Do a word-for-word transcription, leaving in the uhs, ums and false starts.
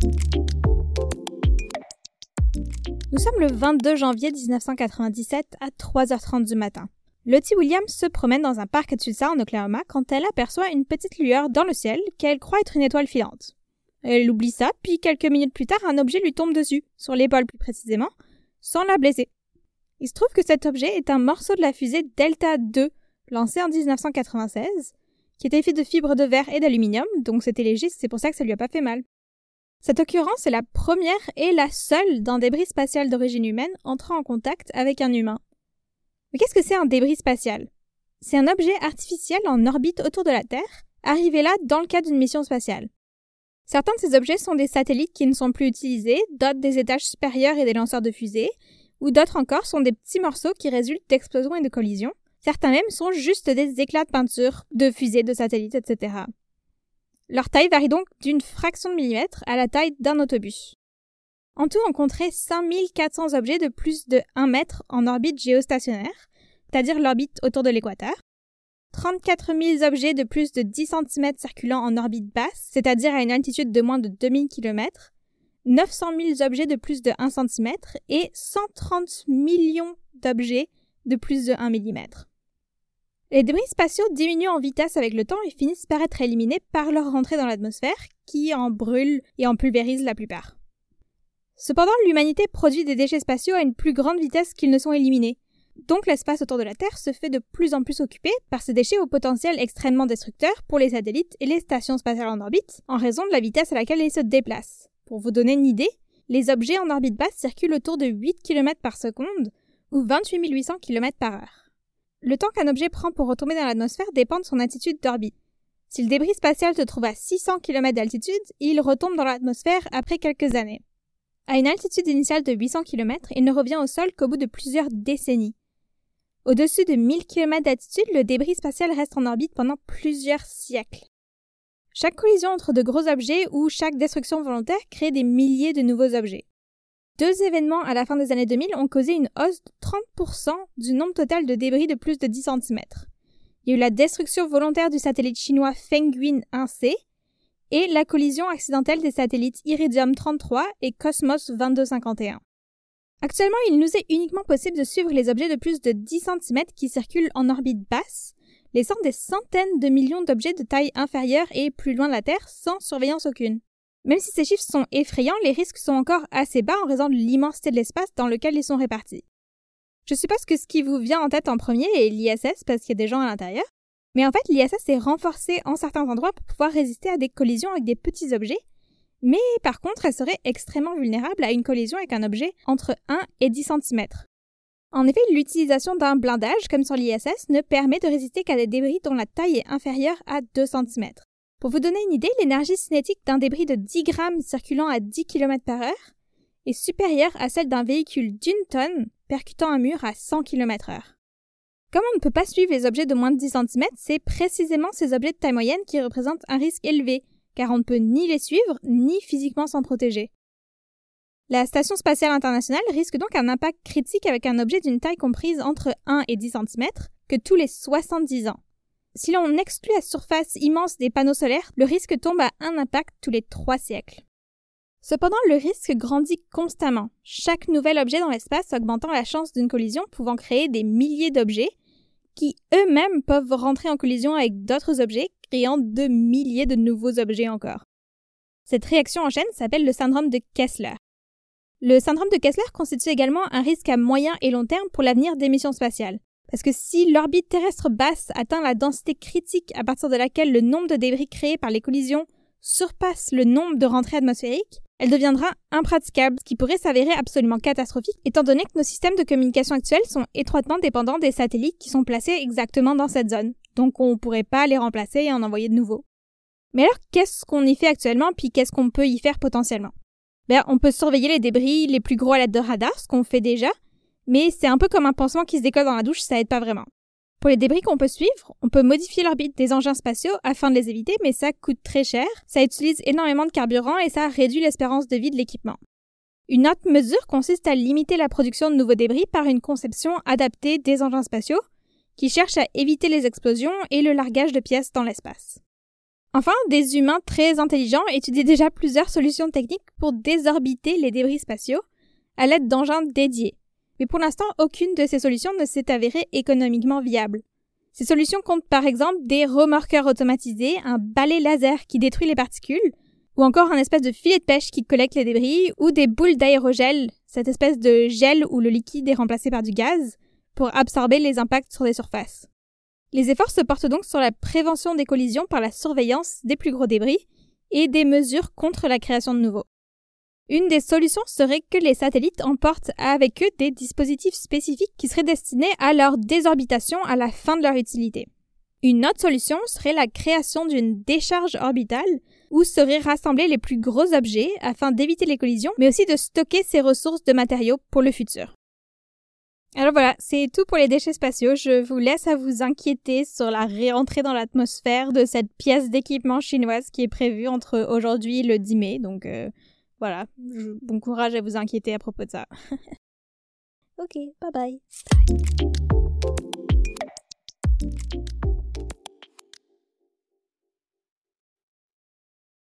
Nous sommes le vingt-deux janvier dix-neuf cent quatre-vingt-dix-sept à trois heures trente du matin. Lottie Williams se promène dans un parc à Tulsa, en Oklahoma, quand elle aperçoit une petite lueur dans le ciel qu'elle croit être une étoile filante. Elle oublie ça, puis quelques minutes plus tard, un objet lui tombe dessus, sur l'épaule plus précisément, sans la blesser. Il se trouve que cet objet est un morceau de la fusée Delta deux, lancée en dix-neuf cent quatre-vingt-seize, qui était fait de fibres de verre et d'aluminium, donc c'était léger, c'est pour ça que ça lui a pas fait mal. Cette occurrence est la première et la seule d'un débris spatial d'origine humaine entrant en contact avec un humain. Mais qu'est-ce que c'est un débris spatial? C'est un objet artificiel en orbite autour de la Terre, arrivé là dans le cadre d'une mission spatiale. Certains de ces objets sont des satellites qui ne sont plus utilisés, d'autres des étages supérieurs et des lanceurs de fusées, ou d'autres encore sont des petits morceaux qui résultent d'explosions et de collisions. Certains même sont juste des éclats de peinture, de fusées, de satellites, et cetera. Leur taille varie donc d'une fraction de millimètre à la taille d'un autobus. En tout, on compterait cinq mille quatre cents objets de plus de un mètre en orbite géostationnaire, c'est-à-dire l'orbite autour de l'équateur, trente-quatre mille objets de plus de dix centimètres circulant en orbite basse, c'est-à-dire à une altitude de moins de deux mille kilomètres, neuf cent mille objets de plus de un centimètre et cent trente millions d'objets de plus de un millimètre. Les débris spatiaux diminuent en vitesse avec le temps et finissent par être éliminés par leur rentrée dans l'atmosphère, qui en brûle et en pulvérise la plupart. Cependant, l'humanité produit des déchets spatiaux à une plus grande vitesse qu'ils ne sont éliminés. Donc l'espace autour de la Terre se fait de plus en plus occupé par ces déchets au potentiel extrêmement destructeur pour les satellites et les stations spatiales en orbite, en raison de la vitesse à laquelle ils se déplacent. Pour vous donner une idée, les objets en orbite basse circulent autour de huit kilomètres par seconde ou vingt-huit mille huit cents kilomètres par heure. Le temps qu'un objet prend pour retomber dans l'atmosphère dépend de son attitude d'orbite. Si le débris spatial se trouve à six cents kilomètres d'altitude, il retombe dans l'atmosphère après quelques années. À une altitude initiale de huit cents kilomètres, il ne revient au sol qu'au bout de plusieurs décennies. Au-dessus de mille kilomètres d'altitude, le débris spatial reste en orbite pendant plusieurs siècles. Chaque collision entre de gros objets ou chaque destruction volontaire crée des milliers de nouveaux objets. Deux événements à la fin des années deux mille ont causé une hausse de trente pour cent du nombre total de débris de plus de dix centimètres. Il y a eu la destruction volontaire du satellite chinois Fenghuin un C et la collision accidentelle des satellites Iridium trente-trois et Cosmos vingt-deux cinquante et un. Actuellement, il nous est uniquement possible de suivre les objets de plus de dix centimètres qui circulent en orbite basse, laissant des centaines de millions d'objets de taille inférieure et plus loin de la Terre sans surveillance aucune. Même si ces chiffres sont effrayants, les risques sont encore assez bas en raison de l'immensité de l'espace dans lequel ils sont répartis. Je suppose que ce qui vous vient en tête en premier est l'I S S parce qu'il y a des gens à l'intérieur, mais en fait l'I S S est renforcée en certains endroits pour pouvoir résister à des collisions avec des petits objets, mais par contre elle serait extrêmement vulnérable à une collision avec un objet entre un et dix centimètres. En effet, l'utilisation d'un blindage comme sur l'I S S ne permet de résister qu'à des débris dont la taille est inférieure à deux centimètres. Pour vous donner une idée, l'énergie cinétique d'un débris de dix grammes circulant à dix kilomètres par heure est supérieure à celle d'un véhicule d'une tonne percutant un mur à cent kilomètres heure. Comme on ne peut pas suivre les objets de moins de dix centimètres, c'est précisément ces objets de taille moyenne qui représentent un risque élevé, car on ne peut ni les suivre, ni physiquement s'en protéger. La Station spatiale internationale risque donc un impact critique avec un objet d'une taille comprise entre un et dix centimètres que tous les soixante-dix ans. Si l'on exclut la surface immense des panneaux solaires, le risque tombe à un impact tous les trois siècles. Cependant, le risque grandit constamment, chaque nouvel objet dans l'espace augmentant la chance d'une collision pouvant créer des milliers d'objets qui eux-mêmes peuvent rentrer en collision avec d'autres objets, créant de milliers de nouveaux objets encore. Cette réaction en chaîne s'appelle le syndrome de Kessler. Le syndrome de Kessler constitue également un risque à moyen et long terme pour l'avenir des missions spatiales. Parce que si l'orbite terrestre basse atteint la densité critique à partir de laquelle le nombre de débris créés par les collisions surpasse le nombre de rentrées atmosphériques, elle deviendra impraticable, ce qui pourrait s'avérer absolument catastrophique, étant donné que nos systèmes de communication actuels sont étroitement dépendants des satellites qui sont placés exactement dans cette zone. Donc on ne pourrait pas les remplacer et en envoyer de nouveaux. Mais alors, qu'est-ce qu'on y fait actuellement, puis qu'est-ce qu'on peut y faire potentiellement? Ben, on peut surveiller les débris les plus gros à l'aide de radars, ce qu'on fait déjà, mais c'est un peu comme un pansement qui se décolle dans la douche, ça aide pas vraiment. Pour les débris qu'on peut suivre, on peut modifier l'orbite des engins spatiaux afin de les éviter, mais ça coûte très cher, ça utilise énormément de carburant et ça réduit l'espérance de vie de l'équipement. Une autre mesure consiste à limiter la production de nouveaux débris par une conception adaptée des engins spatiaux qui cherche à éviter les explosions et le largage de pièces dans l'espace. Enfin, des humains très intelligents étudient déjà plusieurs solutions techniques pour désorbiter les débris spatiaux à l'aide d'engins dédiés. Mais pour l'instant, aucune de ces solutions ne s'est avérée économiquement viable. Ces solutions comptent par exemple des remorqueurs automatisés, un balai laser qui détruit les particules, ou encore un espèce de filet de pêche qui collecte les débris, ou des boules d'aérogel, cette espèce de gel où le liquide est remplacé par du gaz, pour absorber les impacts sur les surfaces. Les efforts se portent donc sur la prévention des collisions par la surveillance des plus gros débris et des mesures contre la création de nouveaux. Une des solutions serait que les satellites emportent avec eux des dispositifs spécifiques qui seraient destinés à leur désorbitation à la fin de leur utilité. Une autre solution serait la création d'une décharge orbitale où seraient rassemblés les plus gros objets afin d'éviter les collisions, mais aussi de stocker ces ressources de matériaux pour le futur. Alors voilà, c'est tout pour les déchets spatiaux. Je vous laisse à vous inquiéter sur la réentrée dans l'atmosphère de cette pièce d'équipement chinoise qui est prévue entre aujourd'hui et le dix mai, donc... Euh Voilà, je, bon courage à vous inquiéter à propos de ça. Ok, bye bye.